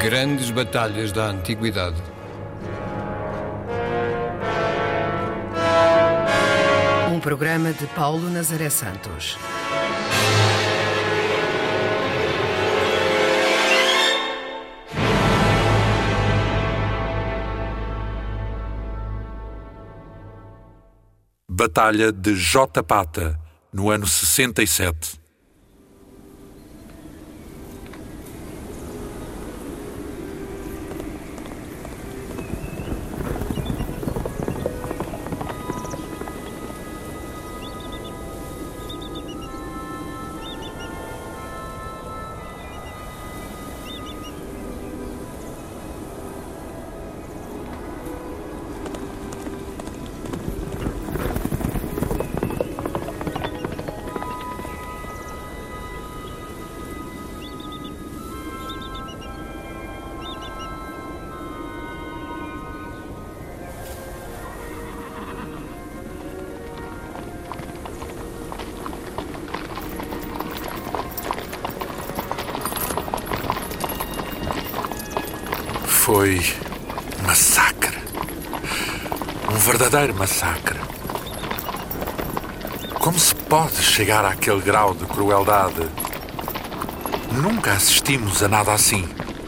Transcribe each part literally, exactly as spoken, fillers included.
Grandes batalhas da Antiguidade. Um programa de Paulo Nazaré Santos. Batalha de Jotapata, no ano sessenta e sete. Foi um massacre. Um verdadeiro massacre. Como se pode chegar àquele grau de crueldade? Nunca assistimos a nada assim.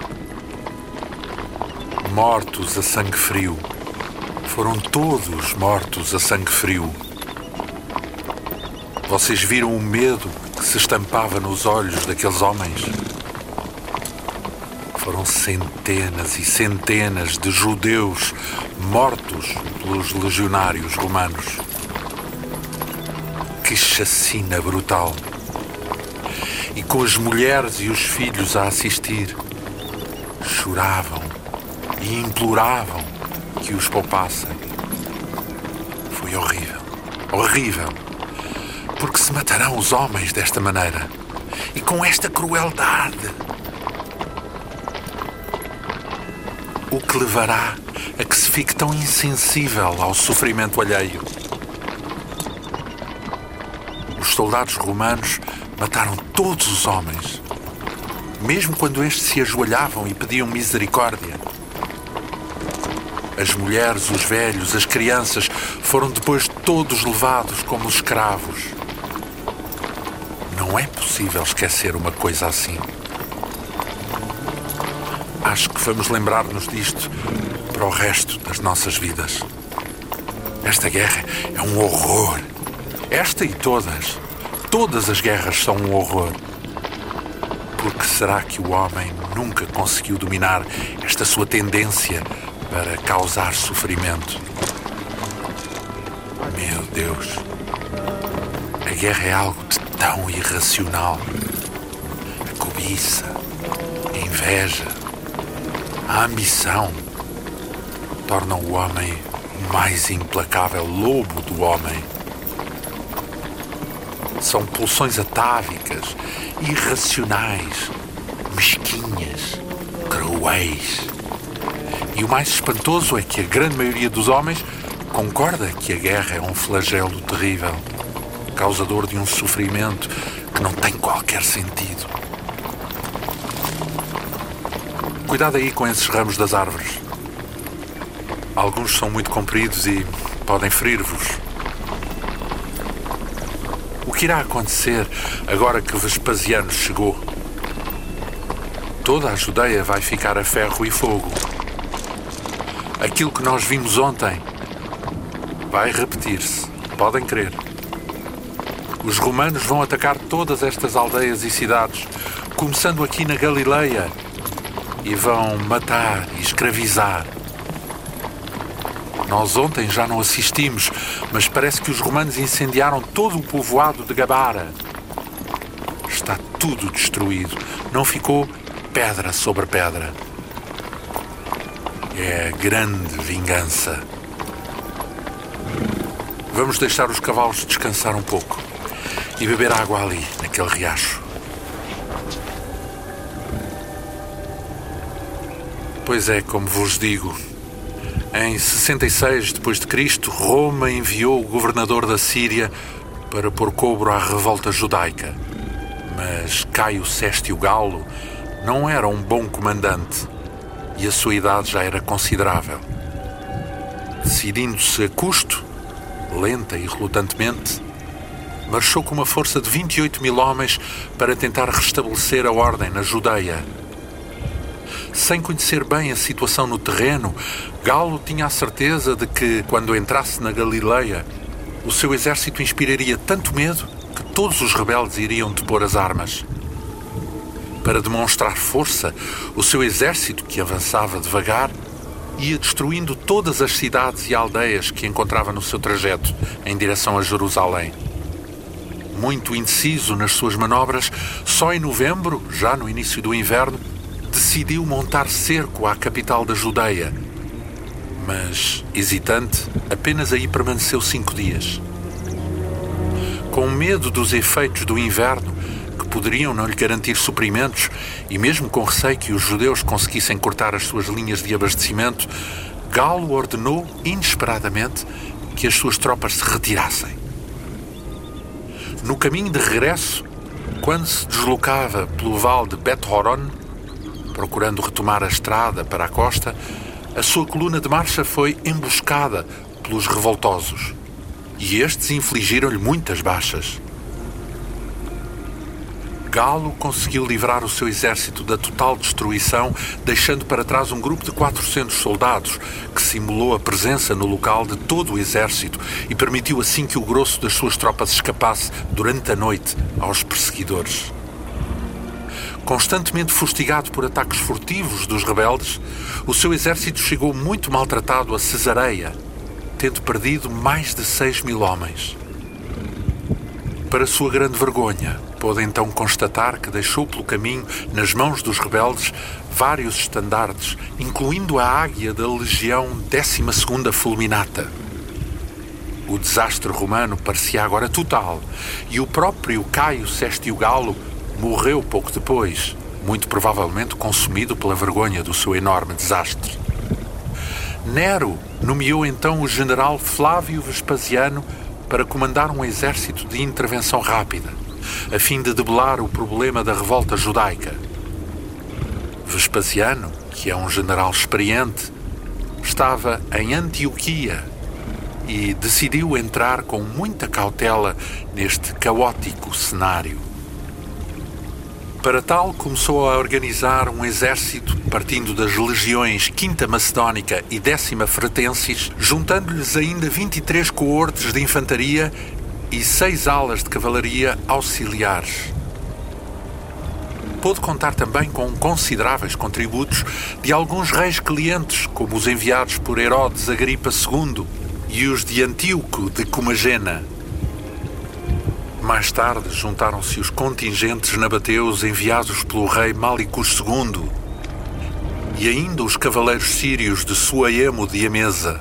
Mortos a sangue frio. Foram todos mortos a sangue frio. Vocês viram o medo que se estampava nos olhos daqueles homens? Foram centenas e centenas de judeus mortos pelos legionários romanos. Que chacina brutal! E com as mulheres e os filhos a assistir, choravam e imploravam que os poupassem. Foi horrível, horrível, porque se matarão os homens desta maneira e com esta crueldade. O que levará a que se fique tão insensível ao sofrimento alheio? Os soldados romanos mataram todos os homens, mesmo quando estes se ajoelhavam e pediam misericórdia. As mulheres, os velhos, as crianças foram depois todos levados como escravos. Não é possível esquecer uma coisa assim. Acho que vamos lembrar-nos disto para o resto das nossas vidas. Esta guerra é um horror. Esta e todas. Todas as guerras são um horror. Por que será que o homem nunca conseguiu dominar esta sua tendência para causar sofrimento? Meu Deus. A guerra é algo de tão irracional. A cobiça, a inveja, a ambição tornam o homem o mais implacável lobo do homem. São pulsões atávicas, irracionais, mesquinhas, cruéis. E o mais espantoso é que a grande maioria dos homens concorda que a guerra é um flagelo terrível, causador de um sofrimento que não tem qualquer sentido. Cuidado aí com esses ramos das árvores. Alguns são muito compridos e podem ferir-vos. O que irá acontecer agora que Vespasiano chegou? Toda a Judeia vai ficar a ferro e fogo. Aquilo que nós vimos ontem vai repetir-se, podem crer. Os romanos vão atacar todas estas aldeias e cidades, começando aqui na Galileia, e vão matar e escravizar. Nós ontem já não assistimos, mas parece que os romanos incendiaram todo o povoado de Gabara. Está tudo destruído. Não ficou pedra sobre pedra. É a grande vingança. Vamos deixar os cavalos descansar um pouco e beber água ali, naquele riacho. Pois é, como vos digo, em sessenta e seis depois de Cristo, Roma enviou o governador da Síria para pôr cobro à revolta judaica. Mas Caio Sestio Galo não era um bom comandante e a sua idade já era considerável. Decidindo-se a custo, lenta e relutantemente, marchou com uma força de vinte e oito mil homens para tentar restabelecer a ordem na Judeia. Sem conhecer bem a situação no terreno, Galo tinha a certeza de que, quando entrasse na Galileia, o seu exército inspiraria tanto medo que todos os rebeldes iriam depor as armas. Para demonstrar força, o seu exército, que avançava devagar, ia destruindo todas as cidades e aldeias que encontrava no seu trajeto em direção a Jerusalém. Muito indeciso nas suas manobras, só em novembro, já no início do inverno, decidiu montar cerco à capital da Judeia. Mas, hesitante, apenas aí permaneceu cinco dias. Com medo dos efeitos do inverno, que poderiam não lhe garantir suprimentos, e mesmo com receio que os judeus conseguissem cortar as suas linhas de abastecimento, Galo ordenou, inesperadamente, que as suas tropas se retirassem. No caminho de regresso, quando se deslocava pelo vale de Bet-Horon, procurando retomar a estrada para a costa, a sua coluna de marcha foi emboscada pelos revoltosos, e estes infligiram-lhe muitas baixas. Galo conseguiu livrar o seu exército da total destruição, deixando para trás um grupo de quatrocentos soldados, que simulou a presença no local de todo o exército e permitiu assim que o grosso das suas tropas escapasse durante a noite aos perseguidores. Constantemente fustigado por ataques furtivos dos rebeldes, o seu exército chegou muito maltratado a Cesareia, tendo perdido mais de seis mil homens. Para sua grande vergonha, pôde então constatar que deixou pelo caminho, nas mãos dos rebeldes, vários estandartes, incluindo a águia da legião décima segunda Fulminata. O desastre romano parecia agora total, e o próprio Caio Sestio Galo morreu pouco depois, muito provavelmente consumido pela vergonha do seu enorme desastre. Nero nomeou então o general Flávio Vespasiano para comandar um exército de intervenção rápida, a fim de debelar o problema da revolta judaica. Vespasiano, que é um general experiente, estava em Antioquia e decidiu entrar com muita cautela neste caótico cenário. Para tal, começou a organizar um exército partindo das legiões quinta Macedónica e décima Fretensis, juntando-lhes ainda vinte e três coortes de infantaria e seis alas de cavalaria auxiliares. Pôde contar também com consideráveis contributos de alguns reis clientes, como os enviados por Herodes Agripa segundo e os de Antíoco de Comagena. Mais tarde juntaram-se os contingentes nabateus enviados pelo rei Málicos segundo e ainda os cavaleiros sírios de Suaemo de Emesa.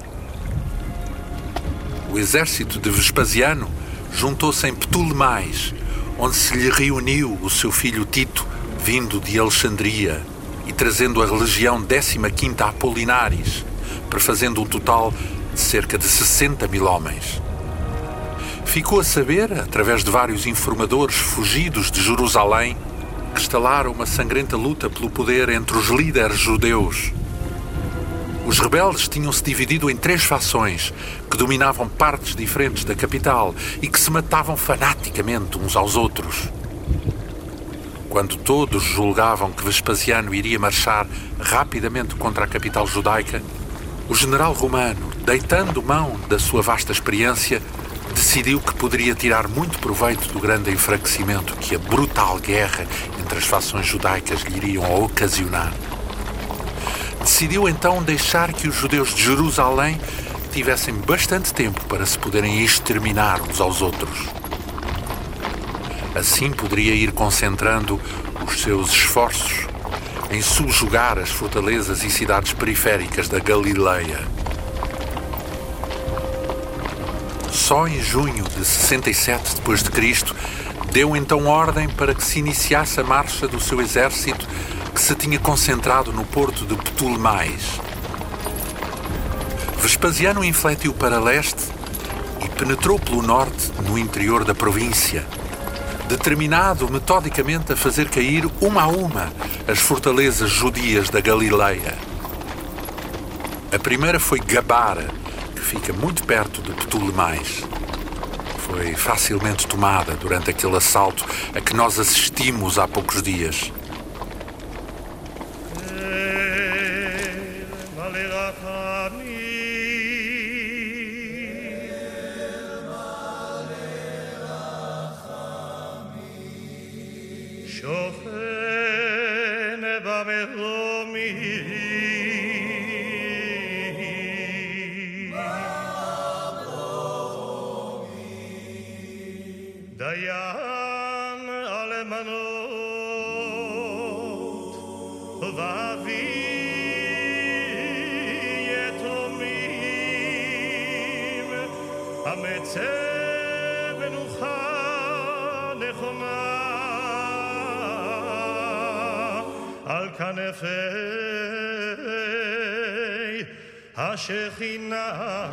O exército de Vespasiano juntou-se em Ptolemais, onde se lhe reuniu o seu filho Tito, vindo de Alexandria, e trazendo a legião décima quinta Apolinares, prefazendo um total de cerca de sessenta mil homens. Ficou a saber, através de vários informadores fugidos de Jerusalém, que estalara uma sangrenta luta pelo poder entre os líderes judeus. Os rebeldes tinham-se dividido em três fações, que dominavam partes diferentes da capital e que se matavam fanaticamente uns aos outros. Quando todos julgavam que Vespasiano iria marchar rapidamente contra a capital judaica, o general romano, deitando mão da sua vasta experiência, decidiu que poderia tirar muito proveito do grande enfraquecimento que a brutal guerra entre as fações judaicas lhe iriam ocasionar. Decidiu então deixar que os judeus de Jerusalém tivessem bastante tempo para se poderem exterminar uns aos outros. Assim poderia ir concentrando os seus esforços em subjugar as fortalezas e cidades periféricas da Galileia. Só em junho de sessenta e sete depois de Cristo deu então ordem para que se iniciasse a marcha do seu exército, que se tinha concentrado no porto de Ptolemais. Vespasiano infletiu para leste e penetrou pelo norte no interior da província, determinado metodicamente a fazer cair uma a uma as fortalezas judias da Galileia. A primeira foi Gabara, que fica muito perto de Ptolemais. Foi facilmente tomada durante aquele assalto a que nós assistimos há poucos dias. דיין אלמנות ואבי יתומים המצא מנוחה נכונה על כנפי השכינה.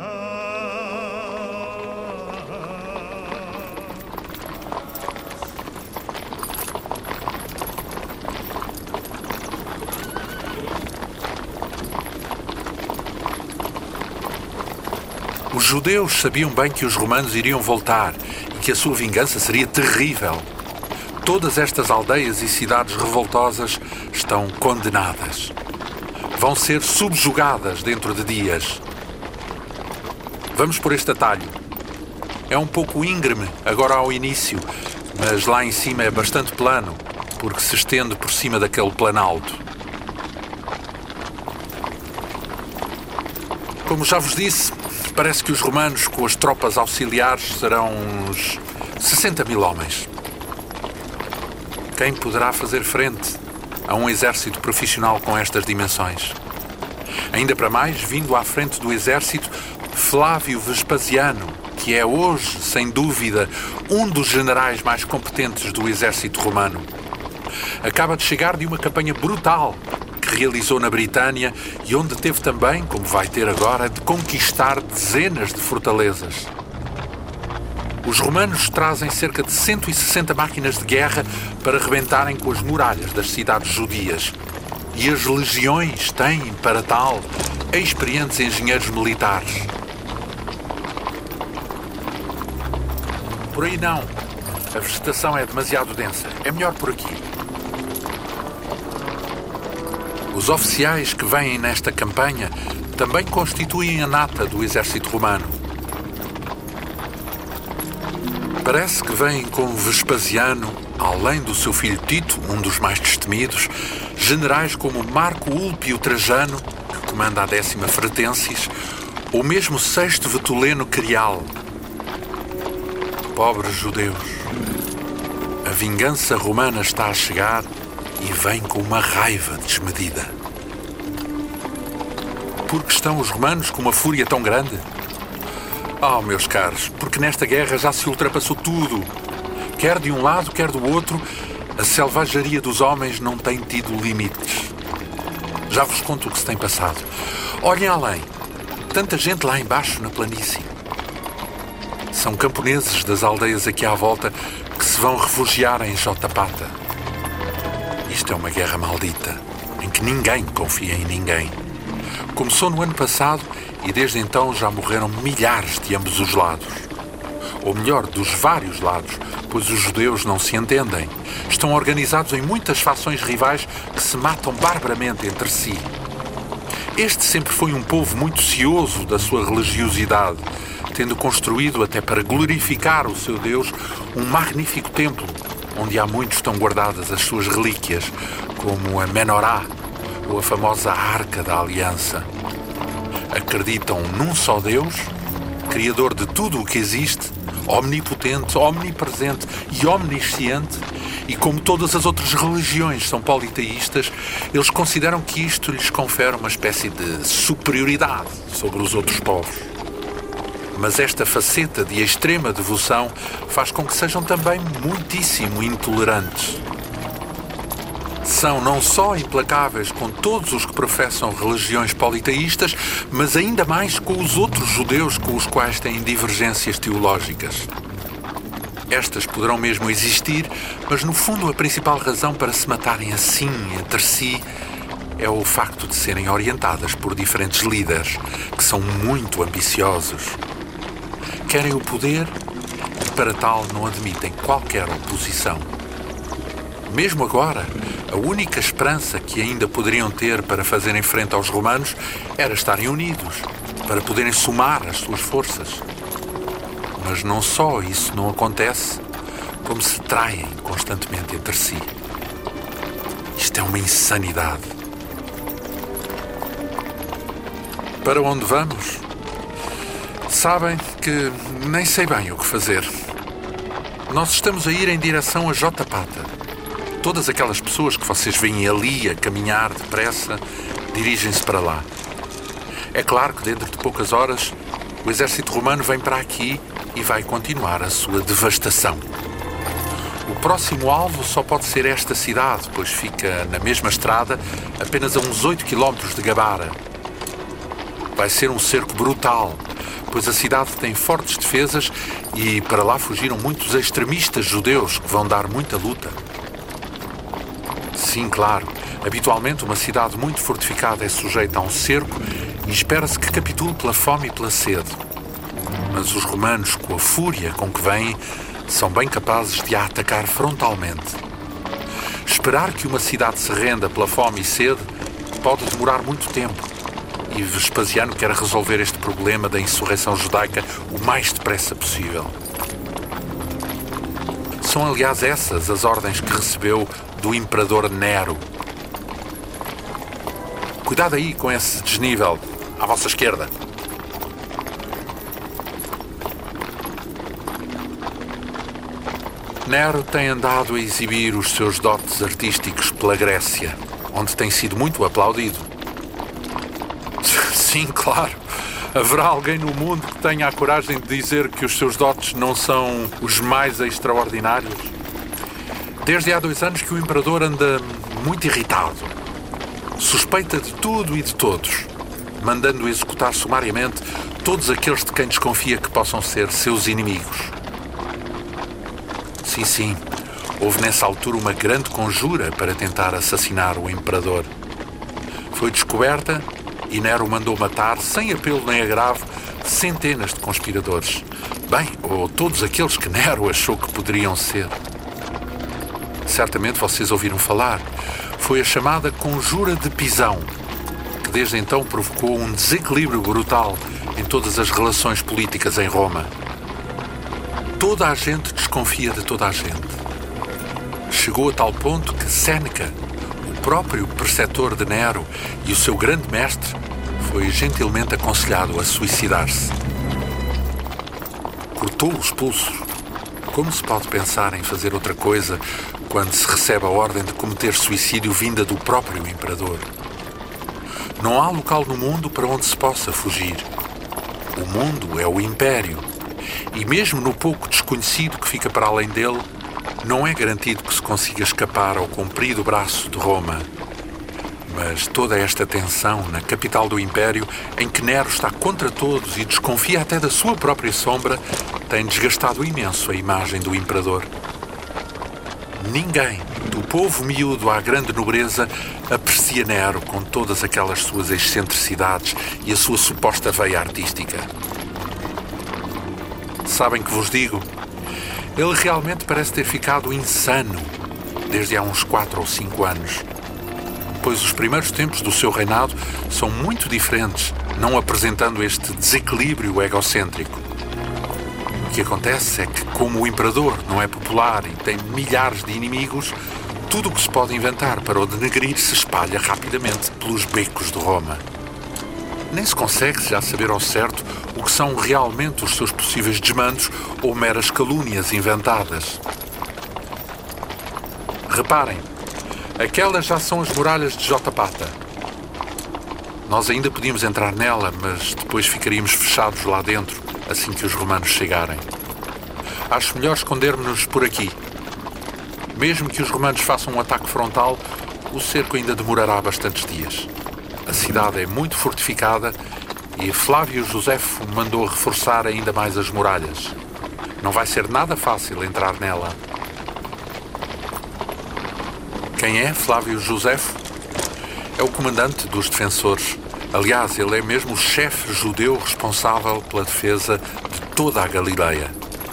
Os judeus sabiam bem que os romanos iriam voltar e que a sua vingança seria terrível. Todas estas aldeias e cidades revoltosas estão condenadas. Vão ser subjugadas dentro de dias. Vamos por este atalho. É um pouco íngreme agora ao início, mas lá em cima é bastante plano, porque se estende por cima daquele planalto. Como já vos disse, parece que os romanos, com as tropas auxiliares, serão uns sessenta mil homens. Quem poderá fazer frente a um exército profissional com estas dimensões? Ainda para mais, vindo à frente do exército, Flávio Vespasiano, que é hoje, sem dúvida, um dos generais mais competentes do exército romano. Acaba de chegar de uma campanha brutal que realizou na Britânia e onde teve também, como vai ter agora, de conquistar dezenas de fortalezas. Os romanos trazem cerca de cento e sessenta máquinas de guerra para rebentarem com as muralhas das cidades judias. E as legiões têm, para tal, experientes engenheiros militares. Por aí não. A vegetação é demasiado densa. É melhor por aqui. Os oficiais que vêm nesta campanha também constituem a nata do exército romano. Parece que vêm com Vespasiano, além do seu filho Tito, um dos mais destemidos, generais como Marco Ulpio Trajano, que comanda a décima Fretensis, ou mesmo Sexto Vetuleno Crial. Pobres judeus. A vingança romana está a chegar e vem com uma raiva desmedida. Por que estão os romanos com uma fúria tão grande? Oh, meus caros, porque nesta guerra já se ultrapassou tudo. Quer de um lado, quer do outro, a selvageria dos homens não tem tido limites. Já vos conto o que se tem passado. Olhem além. Tanta gente lá embaixo na planície. São camponeses das aldeias aqui à volta que se vão refugiar em Jotapata. Isto é uma guerra maldita, em que ninguém confia em ninguém. Começou no ano passado e desde então já morreram milhares de ambos os lados. Ou melhor, dos vários lados, pois os judeus não se entendem. Estão organizados em muitas fações rivais que se matam barbaramente entre si. Este sempre foi um povo muito cioso da sua religiosidade, tendo construído, até para glorificar o seu Deus, um magnífico templo, onde há muitos estão guardadas as suas relíquias, como a Menorá, ou a famosa Arca da Aliança. Acreditam num só Deus, Criador de tudo o que existe, omnipotente, omnipresente e omnisciente, e como todas as outras religiões são politeístas, eles consideram que isto lhes confere uma espécie de superioridade sobre os outros povos. Mas esta faceta de extrema devoção faz com que sejam também muitíssimo intolerantes. São não só implacáveis com todos os que professam religiões politeístas, mas ainda mais com os outros judeus com os quais têm divergências teológicas. Estas poderão mesmo existir, mas no fundo a principal razão para se matarem assim entre si é o facto de serem orientadas por diferentes líderes que são muito ambiciosos. Querem o poder e, para tal, não admitem qualquer oposição. Mesmo agora, a única esperança que ainda poderiam ter para fazerem frente aos romanos era estarem unidos, para poderem somar as suas forças. Mas não só isso não acontece, como se traem constantemente entre si. Isto é uma insanidade. Para onde vamos? Sabem que nem sei bem o que fazer. Nós estamos a ir em direção a Jotapata. Todas aquelas pessoas que vocês veem ali a caminhar depressa, dirigem-se para lá. É claro que dentro de poucas horas o exército romano vem para aqui e vai continuar a sua devastação. O próximo alvo só pode ser esta cidade, pois fica na mesma estrada, apenas a uns oito quilómetros de Gabara. Vai ser um cerco brutal, pois a cidade tem fortes defesas e para lá fugiram muitos extremistas judeus que vão dar muita luta. Sim, claro. Habitualmente uma cidade muito fortificada é sujeita a um cerco e espera-se que capitule pela fome e pela sede. Mas os romanos, com a fúria com que vêm, são bem capazes de a atacar frontalmente. Esperar que uma cidade se renda pela fome e sede pode demorar muito tempo e Vespasiano quer resolver este problema da insurreição judaica o mais depressa possível. São, aliás, essas as ordens que recebeu do imperador Nero. Cuidado aí com esse desnível, à vossa esquerda. Nero tem andado a exibir os seus dotes artísticos pela Grécia, onde tem sido muito aplaudido. Sim, claro. Haverá alguém no mundo que tenha a coragem de dizer que os seus dotes não são os mais extraordinários? Desde há dois anos que o imperador anda muito irritado. Suspeita de tudo e de todos, mandando executar sumariamente todos aqueles de quem desconfia que possam ser seus inimigos. Sim, sim, houve nessa altura uma grande conjura para tentar assassinar o imperador. Foi descoberta e Nero mandou matar, sem apelo nem agravo, centenas de conspiradores. Bem, ou todos aqueles que Nero achou que poderiam ser. Certamente vocês ouviram falar. Foi a chamada Conjura de Pisão, que desde então provocou um desequilíbrio brutal em todas as relações políticas em Roma. Toda a gente desconfia de toda a gente. Chegou a tal ponto que Séneca, o próprio preceptor de Nero e o seu grande mestre, foi gentilmente aconselhado a suicidar-se. Cortou os pulsos. Como se pode pensar em fazer outra coisa quando se recebe a ordem de cometer suicídio vinda do próprio imperador? Não há local no mundo para onde se possa fugir. O mundo é o império. E mesmo no pouco desconhecido que fica para além dele, não é garantido que se consiga escapar ao comprido braço de Roma. Mas toda esta tensão na capital do Império, em que Nero está contra todos e desconfia até da sua própria sombra, tem desgastado imenso a imagem do imperador. Ninguém, do povo miúdo à grande nobreza, aprecia Nero com todas aquelas suas excentricidades e a sua suposta veia artística. Sabem que vos digo? Ele realmente parece ter ficado insano desde há uns quatro ou cinco anos. Pois os primeiros tempos do seu reinado são muito diferentes, não apresentando este desequilíbrio egocêntrico. O que acontece é que, como o imperador não é popular e tem milhares de inimigos, tudo o que se pode inventar para o denegrir se espalha rapidamente pelos becos de Roma. Nem se consegue já saber ao certo o que são realmente os seus possíveis desmandos ou meras calúnias inventadas. Reparem, aquelas já são as muralhas de Jotapata. Nós ainda podíamos entrar nela, mas depois ficaríamos fechados lá dentro, assim que os romanos chegarem. Acho melhor escondermos-nos por aqui. Mesmo que os romanos façam um ataque frontal, o cerco ainda demorará bastantes dias. A cidade é muito fortificada e Flávio Josefo mandou reforçar ainda mais as muralhas. Não vai ser nada fácil entrar nela. Quem é Flávio Josefo? É o comandante dos defensores. Aliás, ele é mesmo o chefe judeu responsável pela defesa de toda a Galileia.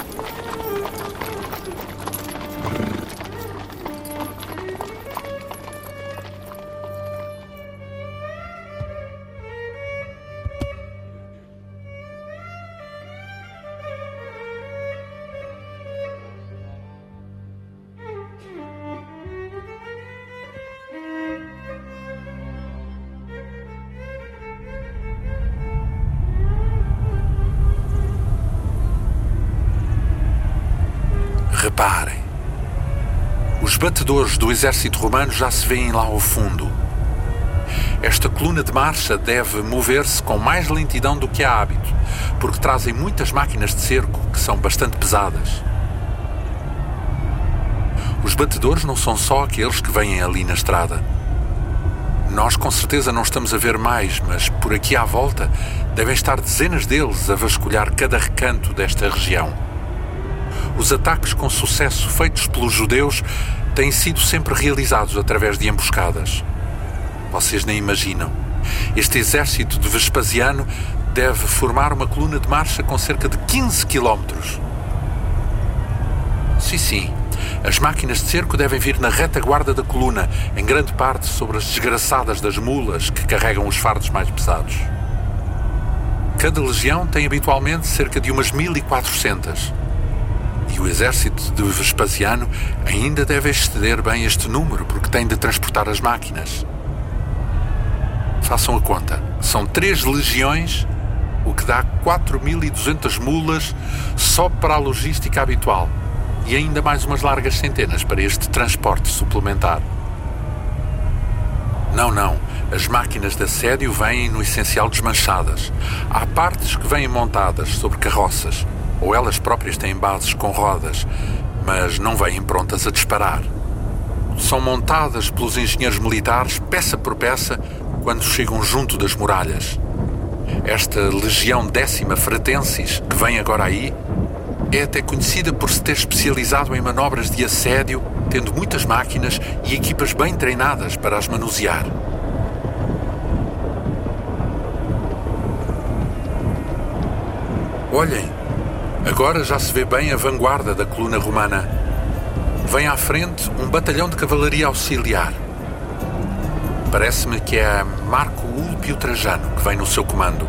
Reparem, os batedores do exército romano já se veem lá ao fundo. Esta coluna de marcha deve mover-se com mais lentidão do que há hábito, porque trazem muitas máquinas de cerco que são bastante pesadas. Os batedores não são só aqueles que vêm ali na estrada. Nós com certeza não estamos a ver mais, mas por aqui à volta devem estar dezenas deles a vasculhar cada recanto desta região. Os ataques com sucesso feitos pelos judeus têm sido sempre realizados através de emboscadas. Vocês nem imaginam. Este exército de Vespasiano deve formar uma coluna de marcha com cerca de quinze quilómetros. Sim, sim. As máquinas de cerco devem vir na retaguarda da coluna, em grande parte sobre as desgraçadas das mulas que carregam os fardos mais pesados. Cada legião tem habitualmente cerca de umas mil e quatrocentas. E o exército de Vespasiano ainda deve exceder bem este número, porque tem de transportar as máquinas. Façam a conta. São três legiões, o que dá quatro mil e duzentas mulas só para a logística habitual. E ainda mais umas largas centenas para este transporte suplementar. Não, não. As máquinas de assédio vêm no essencial desmanchadas. Há partes que vêm montadas sobre carroças, ou elas próprias têm bases com rodas, mas não vêm prontas a disparar. São montadas pelos engenheiros militares, peça por peça, quando chegam junto das muralhas. Esta legião décima Fratensis, que vem agora aí, é até conhecida por se ter especializado em manobras de assédio, tendo muitas máquinas e equipas bem treinadas para as manusear. Olhem, agora já se vê bem a vanguarda da coluna romana. Vem à frente um batalhão de cavalaria auxiliar. Parece-me que é Marco Ulpio Trajano que vem no seu comando.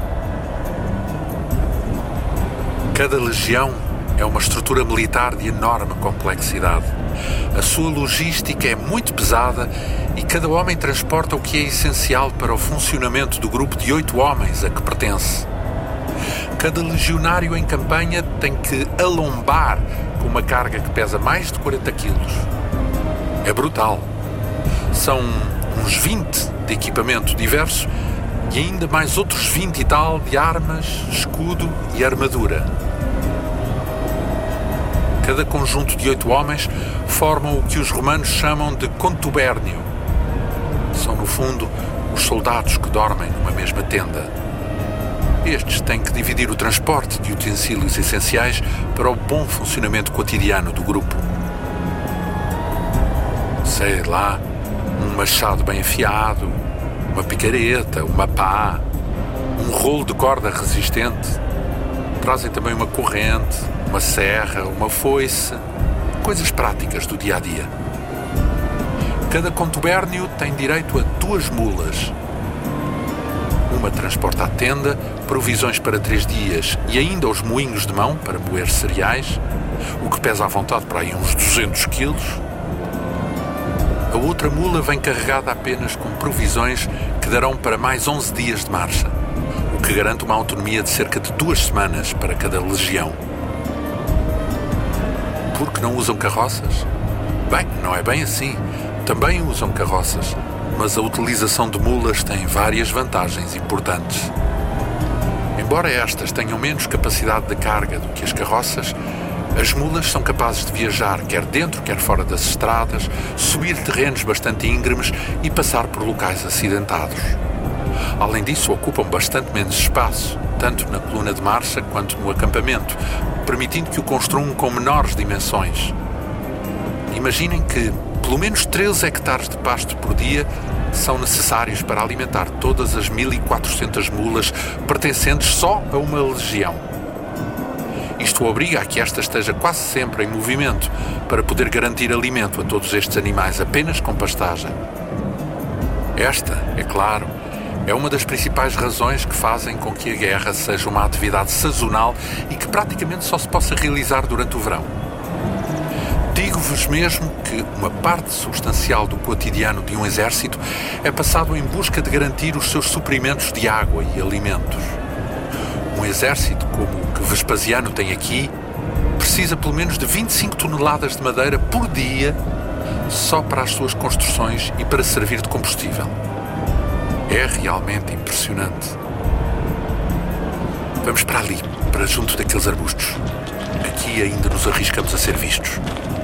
Cada legião é uma estrutura militar de enorme complexidade. A sua logística é muito pesada e cada homem transporta o que é essencial para o funcionamento do grupo de oito homens a que pertence. Cada legionário em campanha tem que alombar com uma carga que pesa mais de quarenta quilos. É brutal. São uns vinte de equipamento diverso e ainda mais outros vinte e tal de armas, escudo e armadura. Cada conjunto de oito homens formam o que os romanos chamam de contubérnio. São, no fundo, os soldados que dormem numa mesma tenda. Estes têm que dividir o transporte de utensílios essenciais para o bom funcionamento cotidiano do grupo. Sei lá, um machado bem afiado, uma picareta, uma pá, um rolo de corda resistente. Trazem também uma corrente, uma serra, uma foice, coisas práticas do dia-a-dia. Cada contubérnio tem direito a duas mulas. Uma transporta a tenda, provisões para três dias e ainda os moinhos de mão para moer cereais, o que pesa à vontade para aí uns duzentos quilos. A outra mula vem carregada apenas com provisões que darão para mais onze dias de marcha, o que garante uma autonomia de cerca de duas semanas para cada legião. Por que não usam carroças? Bem, não é bem assim. Também usam carroças, mas a utilização de mulas tem várias vantagens importantes. Embora estas tenham menos capacidade de carga do que as carroças, as mulas são capazes de viajar quer dentro, quer fora das estradas, subir terrenos bastante íngremes e passar por locais acidentados. Além disso, ocupam bastante menos espaço, tanto na coluna de marcha quanto no acampamento, permitindo que o construam com menores dimensões. Imaginem que pelo menos treze hectares de pasto por dia são necessários para alimentar todas as mil e quatrocentas mulas pertencentes só a uma legião. Isto obriga a que esta esteja quase sempre em movimento para poder garantir alimento a todos estes animais apenas com pastagem. Esta, é claro, é uma das principais razões que fazem com que a guerra seja uma atividade sazonal e que praticamente só se possa realizar durante o verão. Digo-vos mesmo que uma parte substancial do cotidiano de um exército é passado em busca de garantir os seus suprimentos de água e alimentos. Um exército como o que Vespasiano tem aqui precisa pelo menos de vinte e cinco toneladas de madeira por dia só para as suas construções e para servir de combustível. É realmente impressionante. Vamos para ali, para junto daqueles arbustos. Aqui ainda nos arriscamos a ser vistos.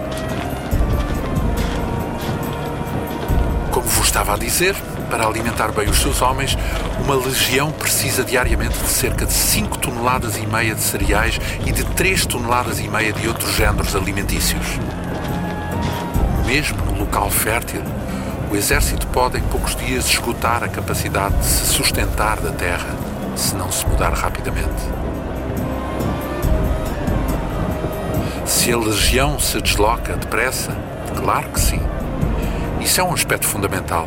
Como vos estava a dizer, para alimentar bem os seus homens, uma legião precisa diariamente de cerca de cinco toneladas e meia de cereais e de três toneladas e meia de outros géneros alimentícios. Mesmo no local fértil, o exército pode em poucos dias esgotar a capacidade de se sustentar da terra, se não se mudar rapidamente. Se a legião se desloca depressa, claro que sim. Isso é um aspecto fundamental.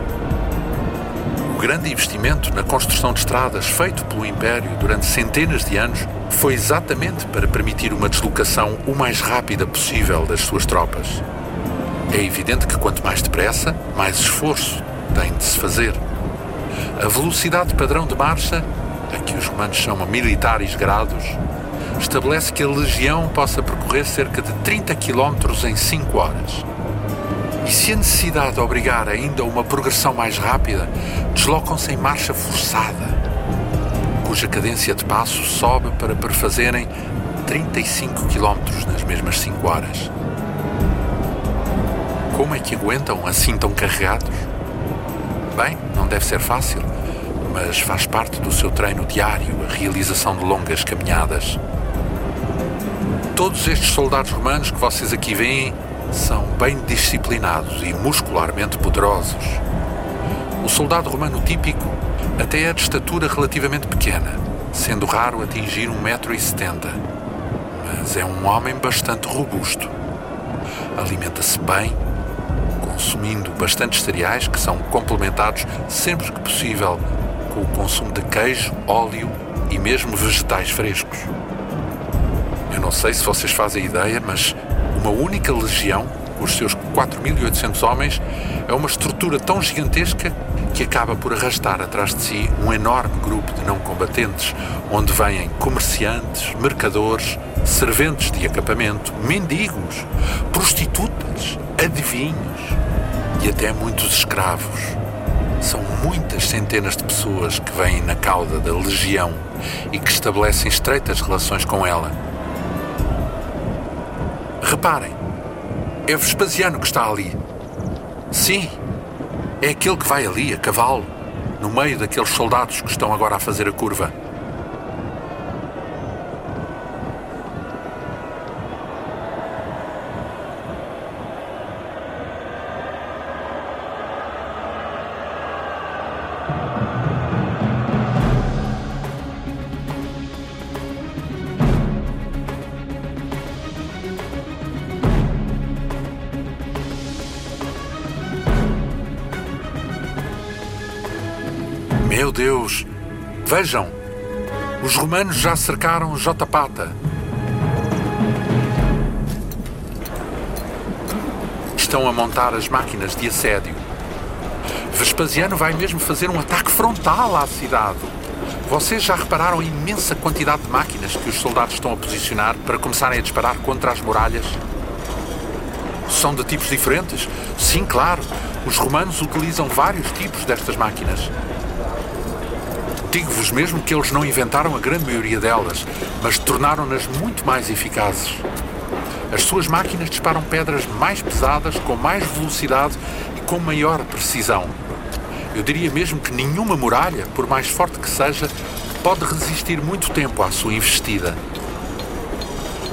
O grande investimento na construção de estradas feito pelo Império durante centenas de anos foi exatamente para permitir uma deslocação o mais rápida possível das suas tropas. É evidente que quanto mais depressa, mais esforço tem de se fazer. A velocidade padrão de marcha, a que os romanos chamam militares grados, estabelece que a legião possa percorrer cerca de trinta quilómetros em cinco horas. E se a necessidade obrigar ainda a uma progressão mais rápida, deslocam-se em marcha forçada, cuja cadência de passo sobe para perfazerem trinta e cinco quilómetros nas mesmas cinco horas. Como é que aguentam assim tão carregados? Bem, não deve ser fácil, mas faz parte do seu treino diário a realização de longas caminhadas. Todos estes soldados romanos que vocês aqui veem são bem disciplinados e muscularmente poderosos. O soldado romano típico até é de estatura relativamente pequena, sendo raro atingir um metro e setenta, mas é um homem bastante robusto. Alimenta-se bem, consumindo bastantes cereais que são complementados sempre que possível com o consumo de queijo, óleo e mesmo vegetais frescos. Eu não sei se vocês fazem ideia, mas uma única legião, com os seus quatro mil e oitocentos homens, é uma estrutura tão gigantesca que acaba por arrastar atrás de si um enorme grupo de não combatentes, onde vêm comerciantes, mercadores, serventes de acampamento, mendigos, prostitutas, adivinhos e até muitos escravos. São muitas centenas de pessoas que vêm na cauda da legião e que estabelecem estreitas relações com ela. Reparem, é Vespasiano que está ali. Sim, é aquele que vai ali, a cavalo, no meio daqueles soldados que estão agora a fazer a curva. Meu Deus! Vejam! Os romanos já cercaram Jotapata. Estão a montar as máquinas de assédio. Vespasiano vai mesmo fazer um ataque frontal à cidade. Vocês já repararam a imensa quantidade de máquinas que os soldados estão a posicionar para começarem a disparar contra as muralhas? São de tipos diferentes? Sim, claro. Os romanos utilizam vários tipos destas máquinas. Digo-vos mesmo que eles não inventaram a grande maioria delas, mas tornaram-nas muito mais eficazes. As suas máquinas disparam pedras mais pesadas, com mais velocidade e com maior precisão. Eu diria mesmo que nenhuma muralha, por mais forte que seja, pode resistir muito tempo à sua investida.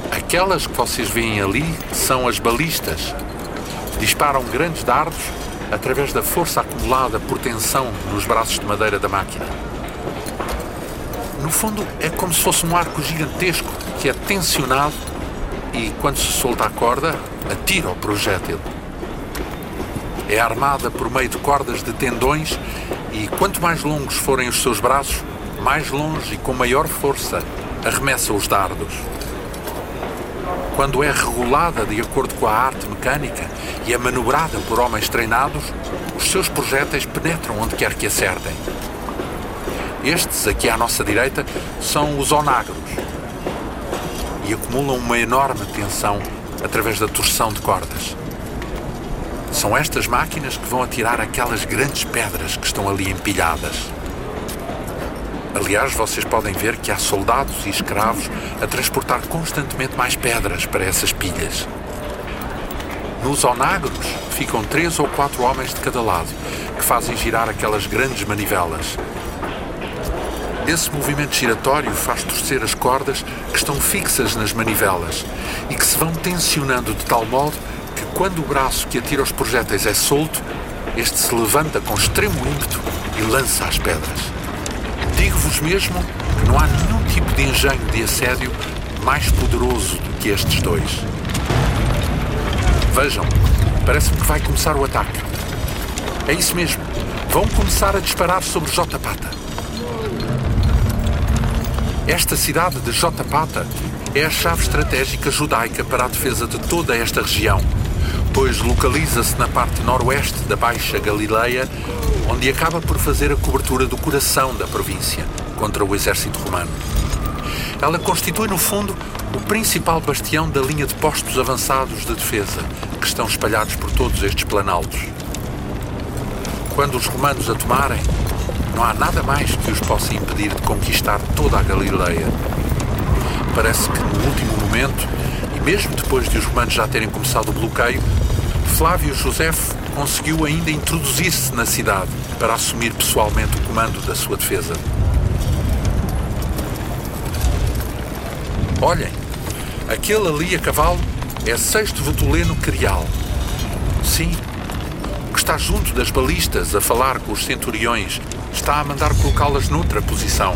Aquelas que vocês veem ali são as balistas. Disparam grandes dardos através da força acumulada por tensão nos braços de madeira da máquina. No fundo, é como se fosse um arco gigantesco que é tensionado e, quando se solta a corda, atira o projétil. É armada por meio de cordas de tendões e, quanto mais longos forem os seus braços, mais longe e com maior força arremessa os dardos. Quando é regulada de acordo com a arte mecânica e é manobrada por homens treinados, os seus projéteis penetram onde quer que acertem. Estes, aqui à nossa direita, são os onagros e acumulam uma enorme tensão através da torção de cordas. São estas máquinas que vão atirar aquelas grandes pedras que estão ali empilhadas. Aliás, vocês podem ver que há soldados e escravos a transportar constantemente mais pedras para essas pilhas. Nos onagros ficam três ou quatro homens de cada lado, que fazem girar aquelas grandes manivelas. Esse movimento giratório faz torcer as cordas que estão fixas nas manivelas e que se vão tensionando de tal modo que, quando o braço que atira os projéteis é solto, este se levanta com extremo ímpeto e lança as pedras. Digo-vos mesmo que não há nenhum tipo de engenho de assédio mais poderoso do que estes dois. Vejam, parece-me que vai começar o ataque. É isso mesmo, vão começar a disparar sobre Jotapata. Esta cidade de Jotapata é a chave estratégica judaica para a defesa de toda esta região, pois localiza-se na parte noroeste da Baixa Galileia, onde acaba por fazer a cobertura do coração da província contra o exército romano. Ela constitui, no fundo, o principal bastião da linha de postos avançados de defesa, que estão espalhados por todos estes planaltos. Quando os romanos a tomarem, não há nada mais que os possa impedir de conquistar toda a Galileia. Parece que no último momento, e mesmo depois de os romanos já terem começado o bloqueio, Flávio Josefo conseguiu ainda introduzir-se na cidade para assumir pessoalmente o comando da sua defesa. Olhem, aquele ali a cavalo é Sexto Vetuleno Querial. Sim, que está junto das balistas a falar com os centuriões, está a mandar colocá-las noutra posição.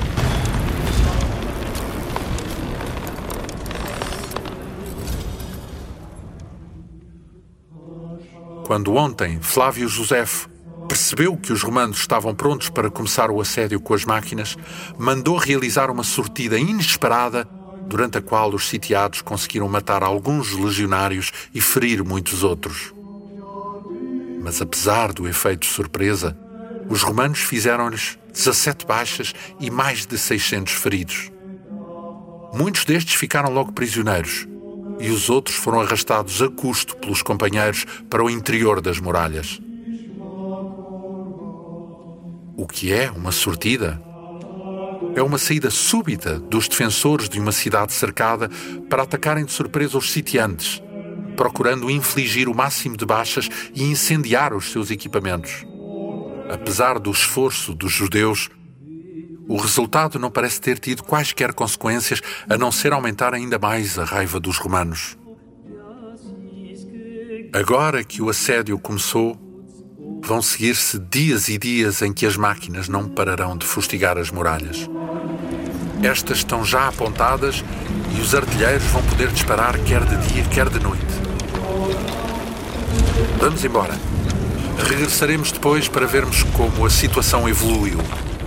Quando ontem Flávio Josefo percebeu que os romanos estavam prontos para começar o assédio com as máquinas, mandou realizar uma sortida inesperada, durante a qual os sitiados conseguiram matar alguns legionários e ferir muitos outros. Mas apesar do efeito de surpresa, os romanos fizeram-lhes dezassete baixas e mais de seiscentos feridos. Muitos destes ficaram logo prisioneiros e os outros foram arrastados a custo pelos companheiros para o interior das muralhas. O que é uma sortida? É uma saída súbita dos defensores de uma cidade cercada para atacarem de surpresa os sitiantes, procurando infligir o máximo de baixas e incendiar os seus equipamentos. Apesar do esforço dos judeus, o resultado não parece ter tido quaisquer consequências a não ser aumentar ainda mais a raiva dos romanos. Agora que o assédio começou, vão seguir-se dias e dias em que as máquinas não pararão de fustigar as muralhas. Estas estão já apontadas e os artilheiros vão poder disparar quer de dia, quer de noite. Vamos embora. Regressaremos depois para vermos como a situação evoluiu.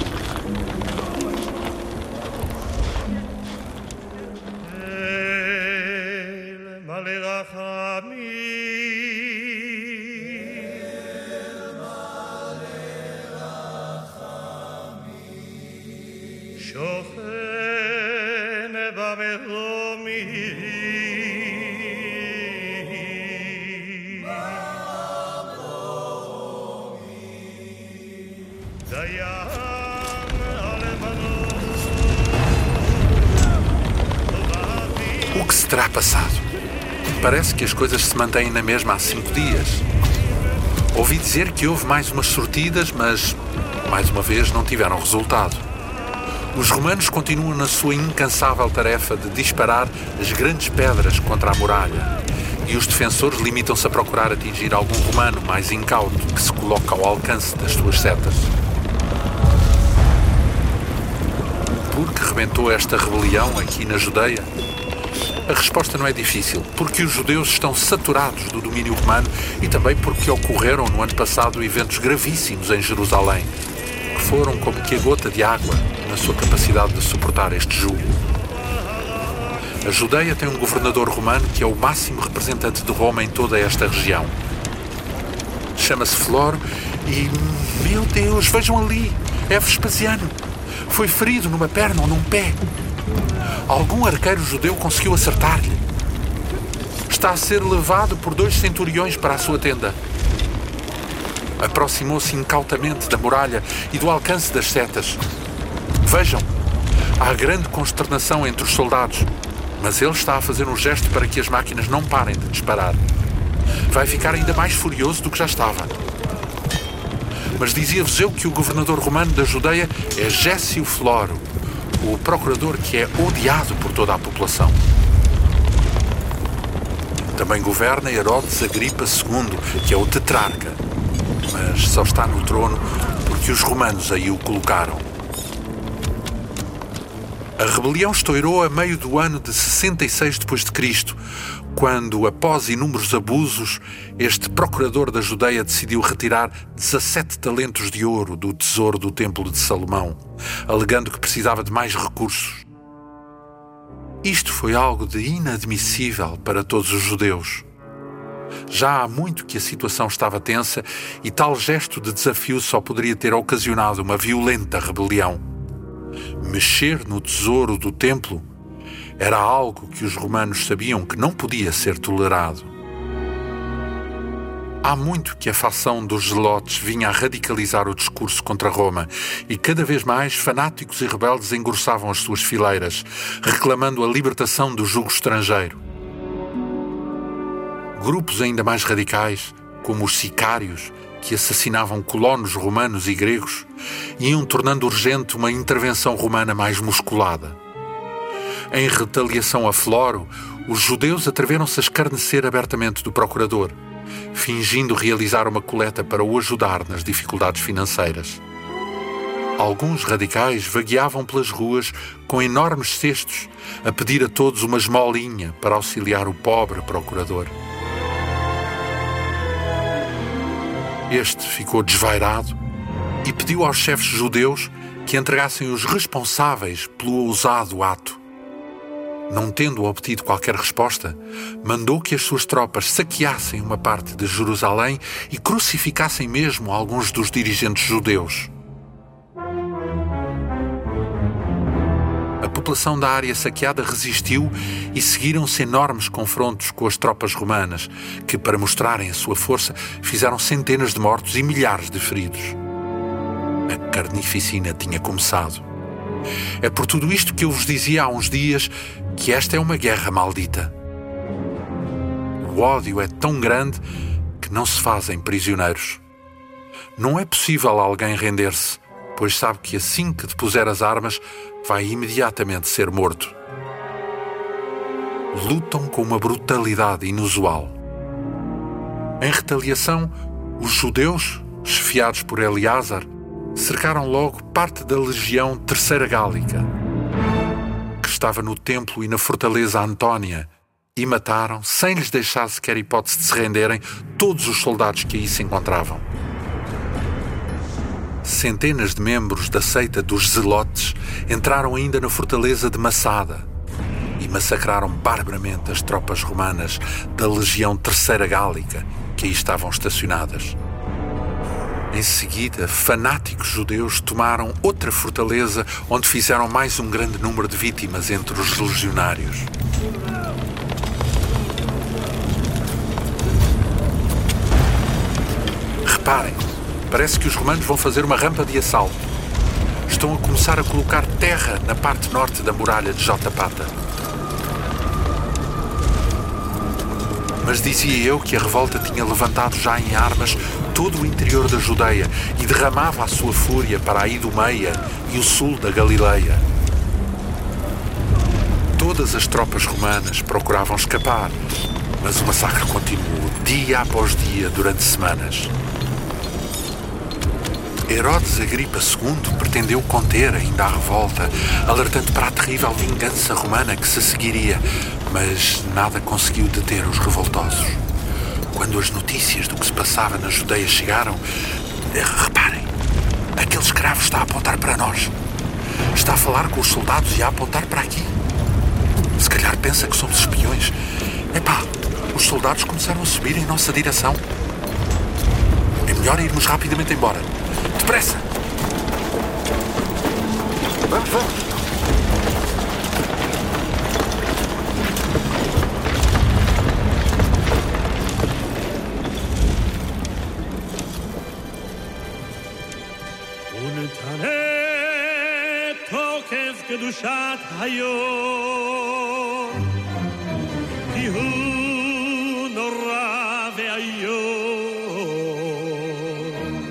O que se terá passado? Parece que as coisas se mantêm na mesma há cinco dias. Ouvi dizer que houve mais umas sortidas, mas, mais uma vez, não tiveram resultado. Os romanos continuam na sua incansável tarefa de disparar as grandes pedras contra a muralha e os defensores limitam-se a procurar atingir algum romano mais incauto que se coloca ao alcance das suas setas. Por que rebentou esta rebelião aqui na Judeia? A resposta não é difícil, porque os judeus estão saturados do domínio romano e também porque ocorreram no ano passado eventos gravíssimos em Jerusalém, que foram como que a gota de água na sua capacidade de suportar este jugo. A Judeia tem um governador romano que é o máximo representante de Roma em toda esta região. Chama-se Floro e, meu Deus, vejam ali, é Vespasiano. Foi ferido numa perna ou num pé. Algum arqueiro judeu conseguiu acertar-lhe. Está a ser levado por dois centuriões para a sua tenda. Aproximou-se incautamente da muralha e do alcance das setas. Vejam, há grande consternação entre os soldados, mas ele está a fazer um gesto para que as máquinas não parem de disparar. Vai ficar ainda mais furioso do que já estava. Mas dizia-vos eu que o governador romano da Judeia é Gécio Floro, o procurador que é odiado por toda a população. Também governa Herodes Agripa segundo, que é o tetrarca, mas só está no trono porque os romanos aí o colocaram. A rebelião estourou a meio do ano de sessenta e seis depois de Cristo, quando, após inúmeros abusos, este procurador da Judeia decidiu retirar dezassete talentos de ouro do tesouro do Templo de Salomão, alegando que precisava de mais recursos. Isto foi algo de inadmissível para todos os judeus. Já há muito que a situação estava tensa e tal gesto de desafio só poderia ter ocasionado uma violenta rebelião. Mexer no tesouro do templo era algo que os romanos sabiam que não podia ser tolerado. Há muito que a facção dos zelotes vinha a radicalizar o discurso contra Roma e cada vez mais fanáticos e rebeldes engrossavam as suas fileiras, reclamando a libertação do jugo estrangeiro. Grupos ainda mais radicais, como os sicários, que assassinavam colonos romanos e gregos, iam tornando urgente uma intervenção romana mais musculada. Em retaliação a Floro, os judeus atreveram-se a escarnecer abertamente do procurador, fingindo realizar uma coleta para o ajudar nas dificuldades financeiras. Alguns radicais vagueavam pelas ruas com enormes cestos, a pedir a todos uma esmolinha para auxiliar o pobre procurador. Este ficou desvairado e pediu aos chefes judeus que entregassem os responsáveis pelo ousado ato. Não tendo obtido qualquer resposta, mandou que as suas tropas saqueassem uma parte de Jerusalém e crucificassem mesmo alguns dos dirigentes judeus. A população da área saqueada resistiu e seguiram-se enormes confrontos com as tropas romanas, que, para mostrarem a sua força, fizeram centenas de mortos e milhares de feridos. A carnificina tinha começado. É por tudo isto que eu vos dizia há uns dias que esta é uma guerra maldita. O ódio é tão grande que não se fazem prisioneiros. Não é possível alguém render-se, pois sabe que assim que depuser as armas, vai imediatamente ser morto. Lutam com uma brutalidade inusual. Em retaliação, os judeus, chefiados por Eleazar, cercaram logo parte da legião Terceira Gálica, que estava no templo e na fortaleza Antónia, e mataram, sem lhes deixar sequer hipótese de se renderem, todos os soldados que aí se encontravam. Centenas de membros da seita dos Zelotes entraram ainda na fortaleza de Massada e massacraram barbaramente as tropas romanas da legião Terceira Gálica que aí estavam estacionadas. Em seguida, fanáticos judeus tomaram outra fortaleza onde fizeram mais um grande número de vítimas entre os legionários. Reparem, parece que os romanos vão fazer uma rampa de assalto. Estão a começar a colocar terra na parte norte da muralha de Jotapata. Mas dizia eu que a revolta tinha levantado já em armas todo o interior da Judeia e derramava a sua fúria para a Idumeia e o sul da Galileia. Todas as tropas romanas procuravam escapar, Mas o massacre continuou, dia após dia, durante semanas. Herodes Agripa segundo pretendeu conter ainda a revolta, alertando para a terrível vingança romana que se seguiria, mas nada conseguiu deter os revoltosos. Quando as notícias do que se passava na Judeia chegaram, reparem, aquele escravo está a apontar para nós. Está a falar com os soldados e a apontar para aqui. Se calhar pensa que somos espiões. Epá, os soldados começaram a subir em nossa direção. É melhor irmos rapidamente embora. Depressa! Vamos, vamos! ונתנה תוקף קדושת היום, כי הוא נורא ואיום,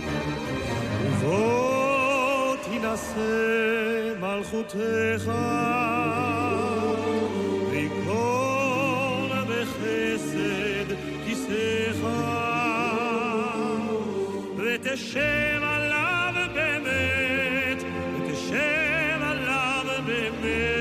ובוא תינשא מלכותך, ויכון בחסד כיסאך, ותשב עליו באמת, ותשב עליו באמת.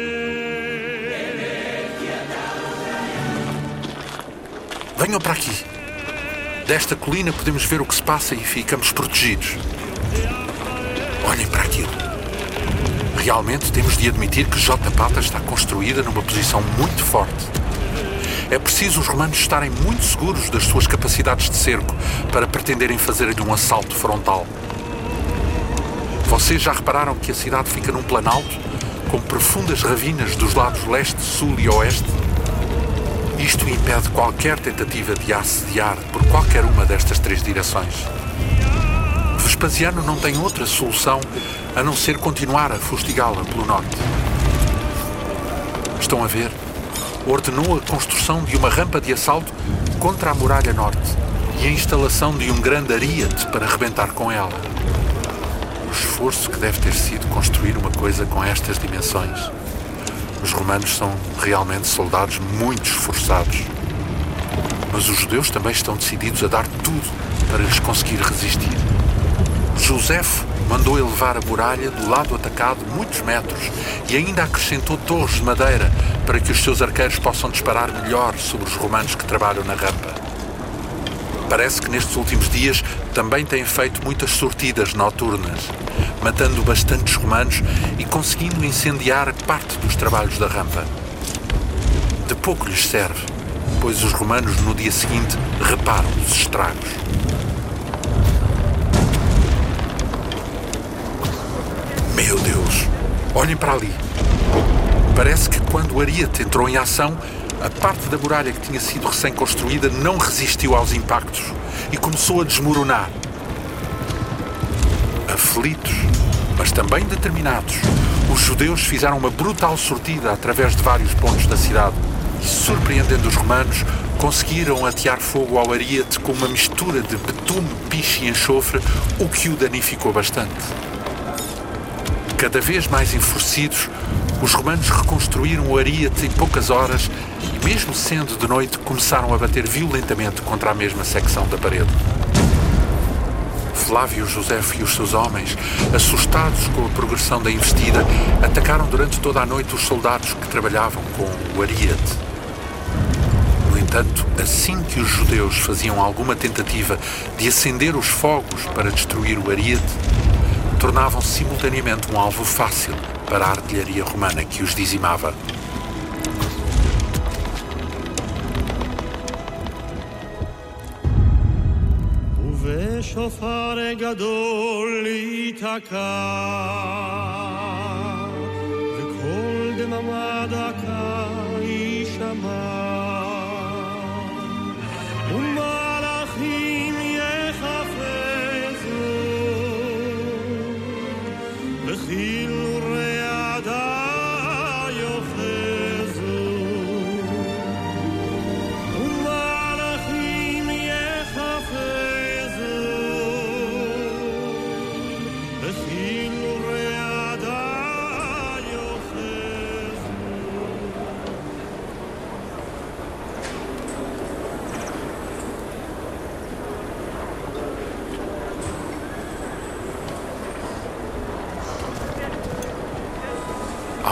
Venham para aqui. Desta colina podemos ver o que se passa e ficamos protegidos. Olhem para aquilo. Realmente temos de admitir que Jota Pata está construída numa posição muito forte. É preciso os romanos estarem muito seguros das suas capacidades de cerco para pretenderem fazer-lhe um assalto frontal. Vocês já repararam que a cidade fica num planalto, com profundas ravinas dos lados leste, sul e oeste? Isto impede qualquer tentativa de a assediar por qualquer uma destas três direções. Vespasiano não tem outra solução a não ser continuar a fustigá-la pelo norte. Estão a ver? Ordenou a construção de uma rampa de assalto contra a muralha norte e a instalação de um grande ariete para rebentar com ela. O esforço que deve ter sido construir uma coisa com estas dimensões. Os romanos são realmente soldados muito esforçados. Mas os judeus também estão decididos a dar tudo para lhes conseguir resistir. Josefo mandou elevar a muralha do lado atacado muitos metros e ainda acrescentou torres de madeira para que os seus arqueiros possam disparar melhor sobre os romanos que trabalham na rampa. Parece que nestes últimos dias também têm feito muitas sortidas noturnas, matando bastantes romanos e conseguindo incendiar parte dos trabalhos da rampa. De pouco lhes serve, pois os romanos no dia seguinte reparam os estragos. Meu Deus! Olhem para ali. Parece que quando o ariete entrou em ação, a parte da muralha que tinha sido recém-construída não resistiu aos impactos e começou a desmoronar. Aflitos, mas também determinados, os judeus fizeram uma brutal sortida através de vários pontos da cidade e, surpreendendo os romanos, conseguiram atear fogo ao ariete com uma mistura de betume, piche e enxofre, o que o danificou bastante. Cada vez mais enfurecidos, os romanos reconstruíram o ariete em poucas horas e, mesmo sendo de noite, começaram a bater violentamente contra a mesma secção da parede. Flávio Josefo e os seus homens, assustados com a progressão da investida, atacaram durante toda a noite os soldados que trabalhavam com o ariete. No entanto, assim que os judeus faziam alguma tentativa de acender os fogos para destruir o ariete, tornavam-se simultaneamente um alvo fácil para a artilharia romana que os dizimava. ובשופר גדול ייתקע, וקול דממה דקה יישמע, ומלאכים יחפצו בחיל רעדה יאחזו, ומלאכים יחפצו בחיל רעדה יאחזו.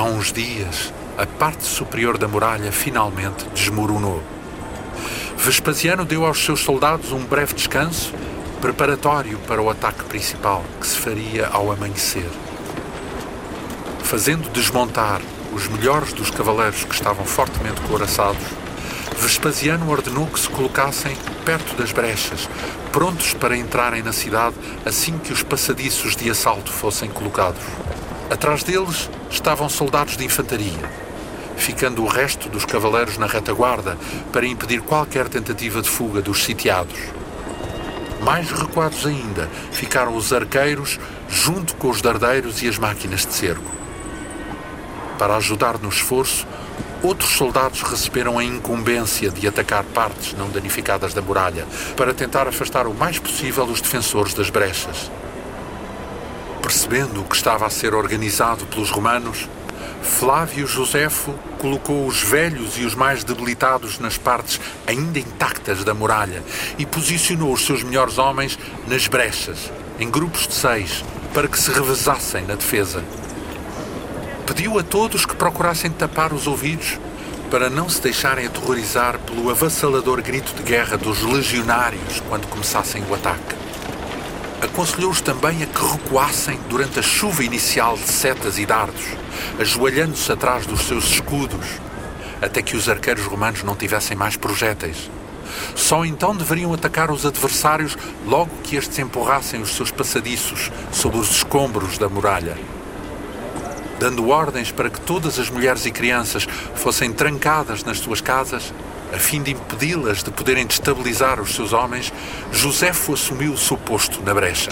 uns dias, a parte superior da muralha finalmente desmoronou. Vespasiano deu aos seus soldados um breve descanso, preparatório para o ataque principal, que se faria ao amanhecer. Fazendo desmontar os melhores dos cavaleiros que estavam fortemente couraçados, Vespasiano ordenou que se colocassem perto das brechas, prontos para entrarem na cidade assim que os passadiços de assalto fossem colocados. Atrás deles estavam soldados de infantaria, ficando o resto dos cavaleiros na retaguarda para impedir qualquer tentativa de fuga dos sitiados. Mais recuados ainda ficaram os arqueiros junto com os dardeiros e as máquinas de cerco. Para ajudar no esforço, outros soldados receberam a incumbência de atacar partes não danificadas da muralha para tentar afastar o mais possível os defensores das brechas. Percebendo o que estava a ser organizado pelos romanos, Flávio Josefo colocou os velhos e os mais debilitados nas partes ainda intactas da muralha e posicionou os seus melhores homens nas brechas, em grupos de seis, para que se revezassem na defesa. Pediu a todos que procurassem tapar os ouvidos para não se deixarem aterrorizar pelo avassalador grito de guerra dos legionários quando começassem o ataque. Aconselhou-os também a que recuassem durante a chuva inicial de setas e dardos, ajoelhando-se atrás dos seus escudos, até que os arqueiros romanos não tivessem mais projéteis. Só então deveriam atacar os adversários logo que estes empurrassem os seus passadiços sobre os escombros da muralha. Dando ordens para que todas as mulheres e crianças fossem trancadas nas suas casas, a fim de impedi-las de poderem destabilizar os seus homens, Josefo assumiu o seu posto na brecha.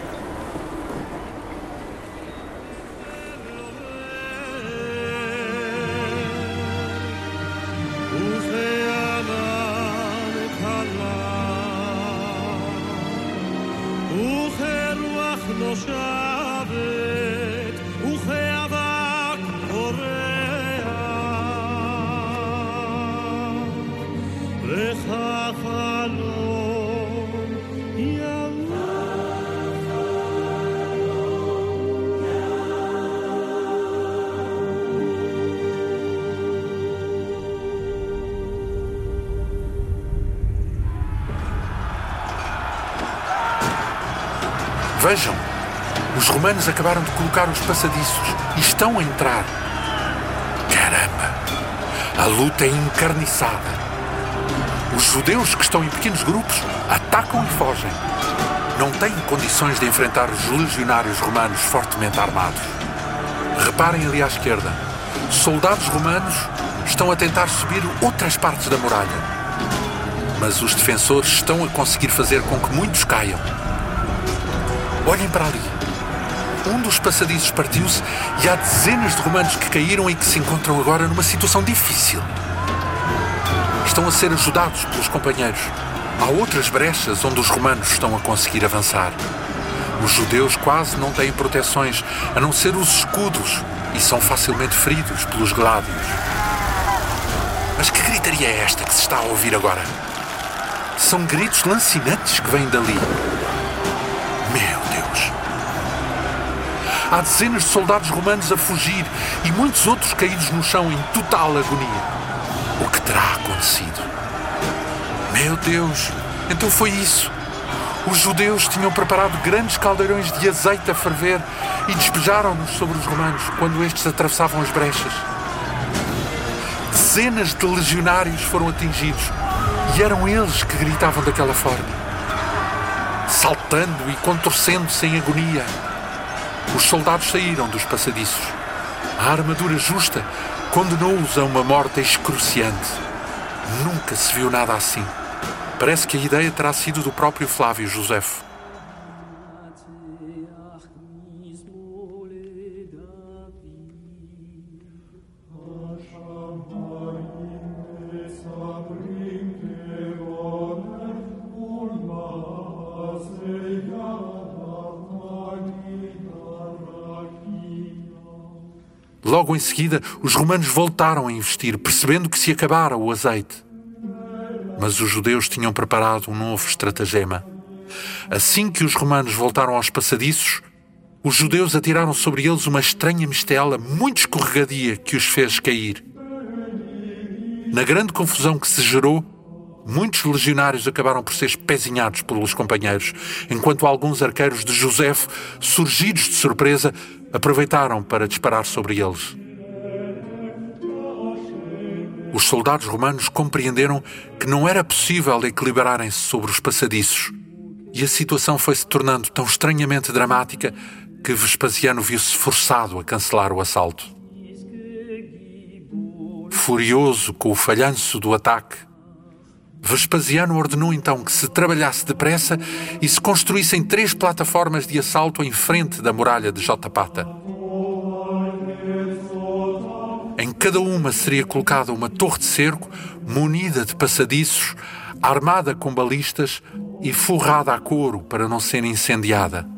Vejam, os romanos acabaram de colocar os passadiços e estão a entrar. Caramba, a luta é encarniçada. Os judeus que estão em pequenos grupos atacam e fogem. Não têm condições de enfrentar os legionários romanos fortemente armados. Reparem ali à esquerda. Soldados romanos estão a tentar subir outras partes da muralha. Mas os defensores estão a conseguir fazer com que muitos caiam. Olhem para ali. Um dos passadiços partiu-se e há dezenas de romanos que caíram e que se encontram agora numa situação difícil. Estão a ser ajudados pelos companheiros. Há outras brechas onde os romanos estão a conseguir avançar. Os judeus quase não têm proteções, a não ser os escudos, e são facilmente feridos pelos gládios. Mas que gritaria é esta que se está a ouvir agora? São gritos lancinantes que vêm dali. Meu Deus! Há dezenas de soldados romanos a fugir e muitos outros caídos no chão em total agonia. O que terá acontecido? Meu Deus! Então foi isso. Os judeus tinham preparado grandes caldeirões de azeite a ferver e despejaram-nos sobre os romanos quando estes atravessavam as brechas. Dezenas de legionários foram atingidos e eram eles que gritavam daquela forma, saltando e contorcendo-se em agonia. Os soldados saíram dos passadiços. A armadura justa condenou-os a uma morte excruciante. Nunca se viu nada assim. Parece que a ideia terá sido do próprio Flávio Josefo. Logo em seguida, os romanos voltaram a investir, percebendo que se acabara o azeite. Mas os judeus tinham preparado um novo estratagema. Assim que os romanos voltaram aos passadiços, Os judeus atiraram sobre eles uma estranha mistela muito escorregadia que os fez cair. Na grande confusão que se gerou, muitos legionários acabaram por ser espezinhados pelos companheiros, enquanto alguns arqueiros de Josefo, surgidos de surpresa, aproveitaram para disparar sobre eles. Os soldados romanos compreenderam que não era possível equilibrarem-se sobre os passadiços, e a situação foi-se tornando tão estranhamente dramática que Vespasiano viu-se forçado a cancelar o assalto. Furioso com o falhanço do ataque, Vespasiano ordenou então que se trabalhasse depressa e se construíssem três plataformas de assalto em frente da muralha de Jotapata. Em cada uma seria colocada uma torre de cerco, munida de passadiços, armada com balistas e forrada a couro para não ser incendiada.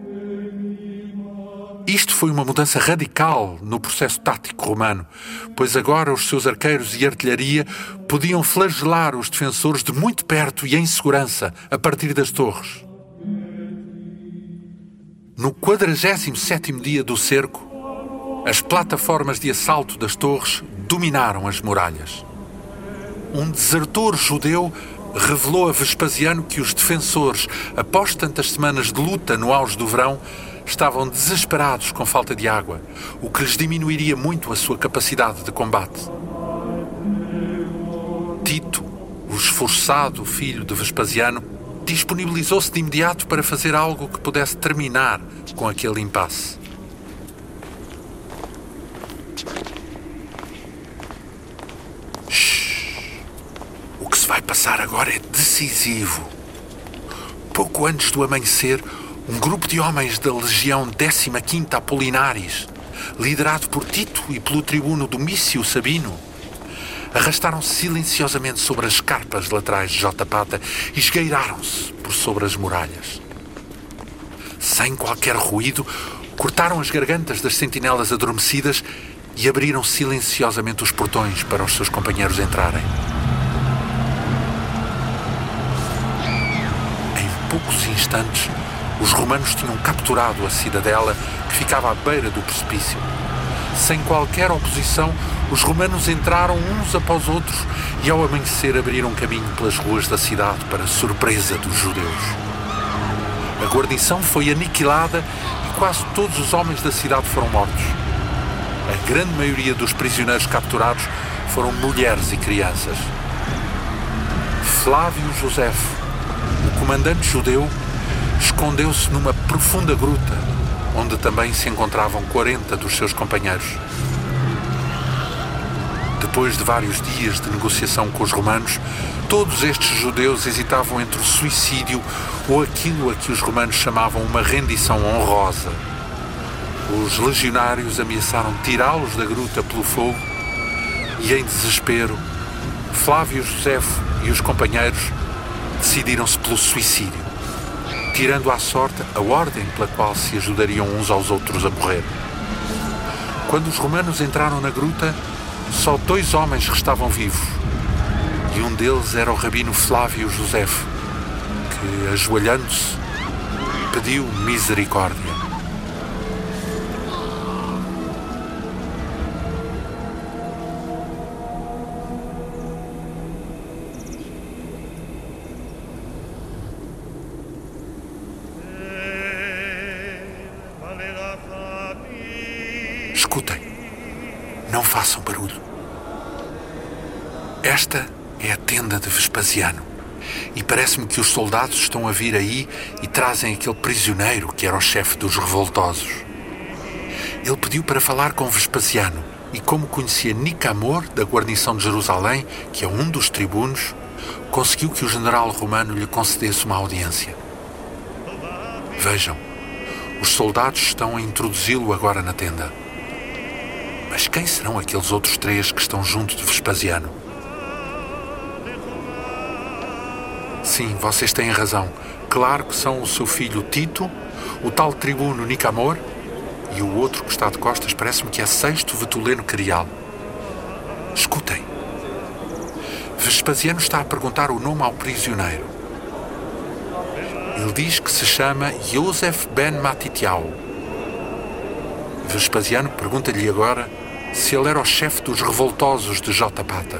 Isto foi uma mudança radical no processo tático romano, pois agora os seus arqueiros e artilharia podiam flagelar os defensores de muito perto e em segurança, a partir das torres. No quadragésimo sétimo dia do cerco, as plataformas de assalto das torres dominaram as muralhas. Um desertor judeu revelou a Vespasiano que os defensores, após tantas semanas de luta no auge do verão, estavam desesperados com falta de água, o que lhes diminuiria muito a sua capacidade de combate. Tito, o esforçado filho de Vespasiano, disponibilizou-se de imediato para fazer algo que pudesse terminar com aquele impasse. Shhh. O que se vai passar agora é decisivo. Pouco antes do amanhecer, um grupo de homens da legião décima quinta Apolinares, liderado por Tito e pelo tribuno Domício Sabino, arrastaram-se silenciosamente sobre as escarpas laterais de Jotapata e esgueiraram-se por sobre as muralhas. Sem qualquer ruído, cortaram as gargantas das sentinelas adormecidas e abriram silenciosamente os portões para os seus companheiros entrarem. Em poucos instantes, os romanos tinham capturado a cidadela que ficava à beira do precipício. Sem qualquer oposição, os romanos entraram uns após outros e ao amanhecer abriram caminho pelas ruas da cidade para a surpresa dos judeus. A guarnição foi aniquilada e quase todos os homens da cidade foram mortos. A grande maioria dos prisioneiros capturados foram mulheres e crianças. Flávio Josefo, o comandante judeu, escondeu-se numa profunda gruta, onde também se encontravam quarenta dos seus companheiros. Depois de vários dias de negociação com os romanos, todos estes judeus hesitavam entre o suicídio ou aquilo a que os romanos chamavam uma rendição honrosa. Os legionários ameaçaram tirá-los da gruta pelo fogo e, em desespero, Flávio Josefo e os companheiros decidiram-se pelo suicídio, tirando à sorte a ordem pela qual se ajudariam uns aos outros a morrer. Quando os romanos entraram na gruta, só dois homens restavam vivos, e um deles era o rabino Flávio Josefo, que, ajoelhando-se, pediu misericórdia. Escutem, não façam barulho. Esta é a tenda de Vespasiano e parece-me que os soldados estão a vir aí e trazem aquele prisioneiro que era o chefe dos revoltosos. Ele pediu para falar com Vespasiano e, como conhecia Nicamor, da guarnição de Jerusalém, que é um dos tribunos, conseguiu que o general romano lhe concedesse uma audiência. Vejam, os soldados estão a introduzi-lo agora na tenda. Mas quem serão aqueles outros três que estão junto de Vespasiano? Sim, vocês têm razão. Claro que são o seu filho Tito, o tal tribuno Nicamor e o outro que está de costas parece-me que é Sexto Vetuleno Cerial. Escutem. Vespasiano está a perguntar o nome ao prisioneiro. Ele diz que se chama Yosef ben Matitiau Vespasiano pergunta-lhe agora se ele era o chefe dos revoltosos de Jotapata.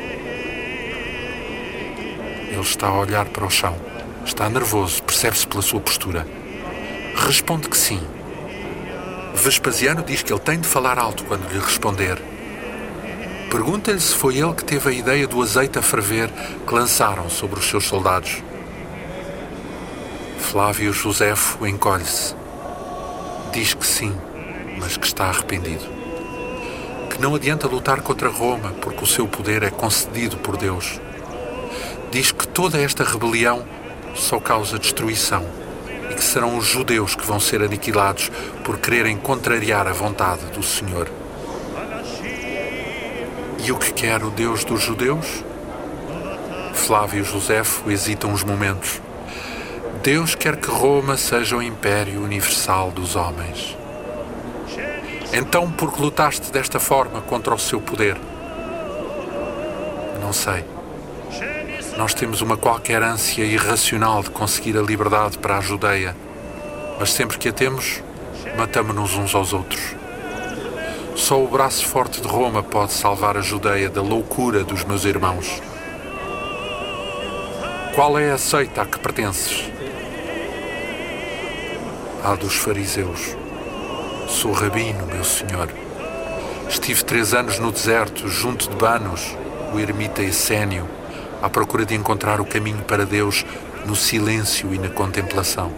Ele está a olhar para o chão. Está nervoso, percebe-se pela sua postura. Responde que sim. Vespasiano diz que ele tem de falar alto quando lhe responder. Pergunta-lhe se foi ele que teve a ideia do azeite a ferver que lançaram sobre os seus soldados. Flávio Josefo encolhe-se. Diz que sim, mas que está arrependido. Que não adianta lutar contra Roma, porque o seu poder é concedido por Deus. Diz que toda esta rebelião só causa destruição e que serão os judeus que vão ser aniquilados por quererem contrariar a vontade do Senhor. E o que quer o Deus dos judeus? Flávio Josefo hesita uns momentos. Deus quer que Roma seja o império universal dos homens. Então, por que lutaste desta forma contra o seu poder? Não sei. Nós temos uma qualquer ânsia irracional de conseguir a liberdade para a Judeia, mas sempre que a temos, matamo-nos uns aos outros. Só o braço forte de Roma pode salvar a Judeia da loucura dos meus irmãos. Qual é a seita a que pertences? À dos fariseus. Sou rabino, meu senhor. Estive três anos no deserto, junto de Banos, o ermita Essénio, à procura de encontrar o caminho para Deus no silêncio e na contemplação.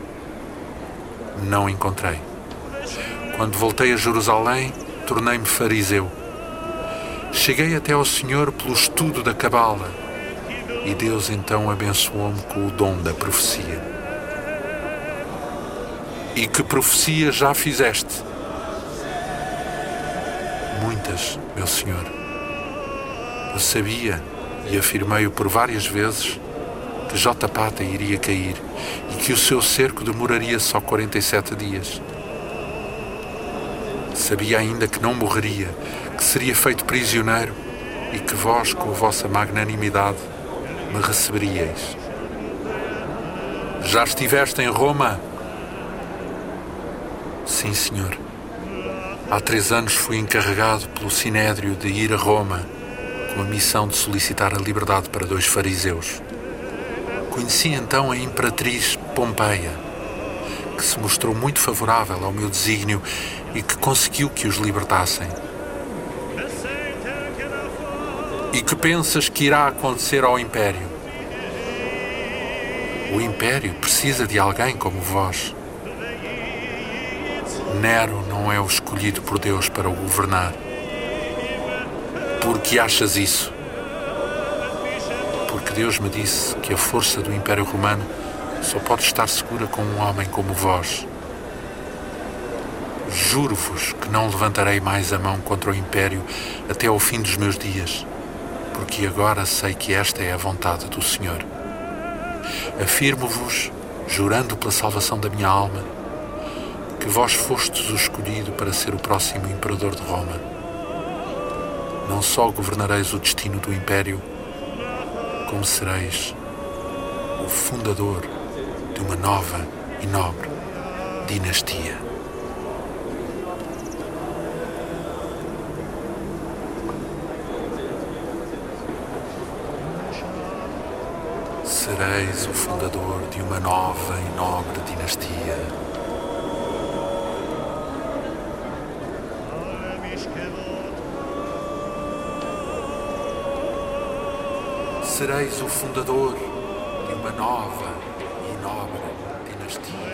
Não encontrei. Quando voltei a Jerusalém, tornei-me fariseu. Cheguei até ao Senhor pelo estudo da Cabala e Deus então abençoou-me com o dom da profecia. E que profecia já fizeste? Muitas, meu Senhor. Eu sabia e afirmei-o por várias vezes que Jotapata iria cair e que o seu cerco demoraria só quarenta e sete dias. Sabia ainda que não morreria, que seria feito prisioneiro e que vós, com a vossa magnanimidade, me receberíeis. Já estiveste em Roma? Sim, senhor. Há três anos fui encarregado pelo Sinédrio de ir a Roma com a missão de solicitar a liberdade para dois fariseus. Conheci então a imperatriz Pompeia, que se mostrou muito favorável ao meu desígnio e que conseguiu que os libertassem. E que pensas que irá acontecer ao Império? O Império precisa de alguém como vós. Nero não é o escolhido por Deus para o governar. Por que achas isso? Porque Deus me disse que a força do Império Romano só pode estar segura com um homem como vós. Juro-vos que não levantarei mais a mão contra o Império até ao fim dos meus dias, porque agora sei que esta é a vontade do Senhor. Afirmo-vos, jurando pela salvação da minha alma, que vós fostes o escolhido para ser o próximo imperador de Roma. Não só governareis o destino do Império, como sereis o fundador de uma nova e nobre dinastia. Sereis o fundador de uma nova e nobre dinastia. Sereis o fundador de uma nova e nobre dinastia.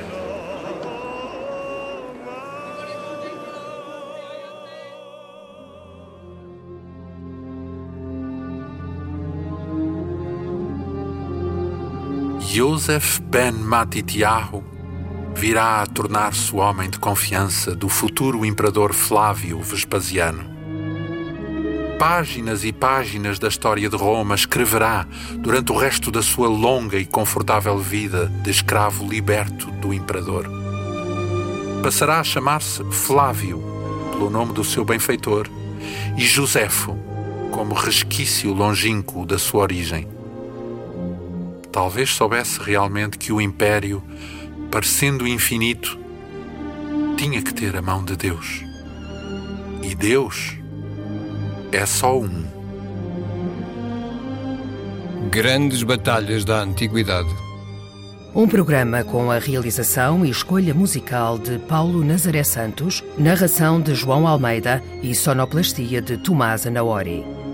Yosef ben Matitiahu virá a tornar-se o homem de confiança do futuro imperador Flávio Vespasiano. Páginas e páginas da história de Roma escreverá durante o resto da sua longa e confortável vida de escravo liberto do imperador. Passará a chamar-se Flávio, pelo nome do seu benfeitor, e Josefo, como resquício longínquo da sua origem. Talvez soubesse realmente que o império, parecendo infinito, tinha que ter a mão de Deus. E Deus é só um. Grandes batalhas da Antiguidade. Um programa com a realização e escolha musical de Paulo Nazaré Santos, narração de João Almeida e sonoplastia de Tomás Anaori.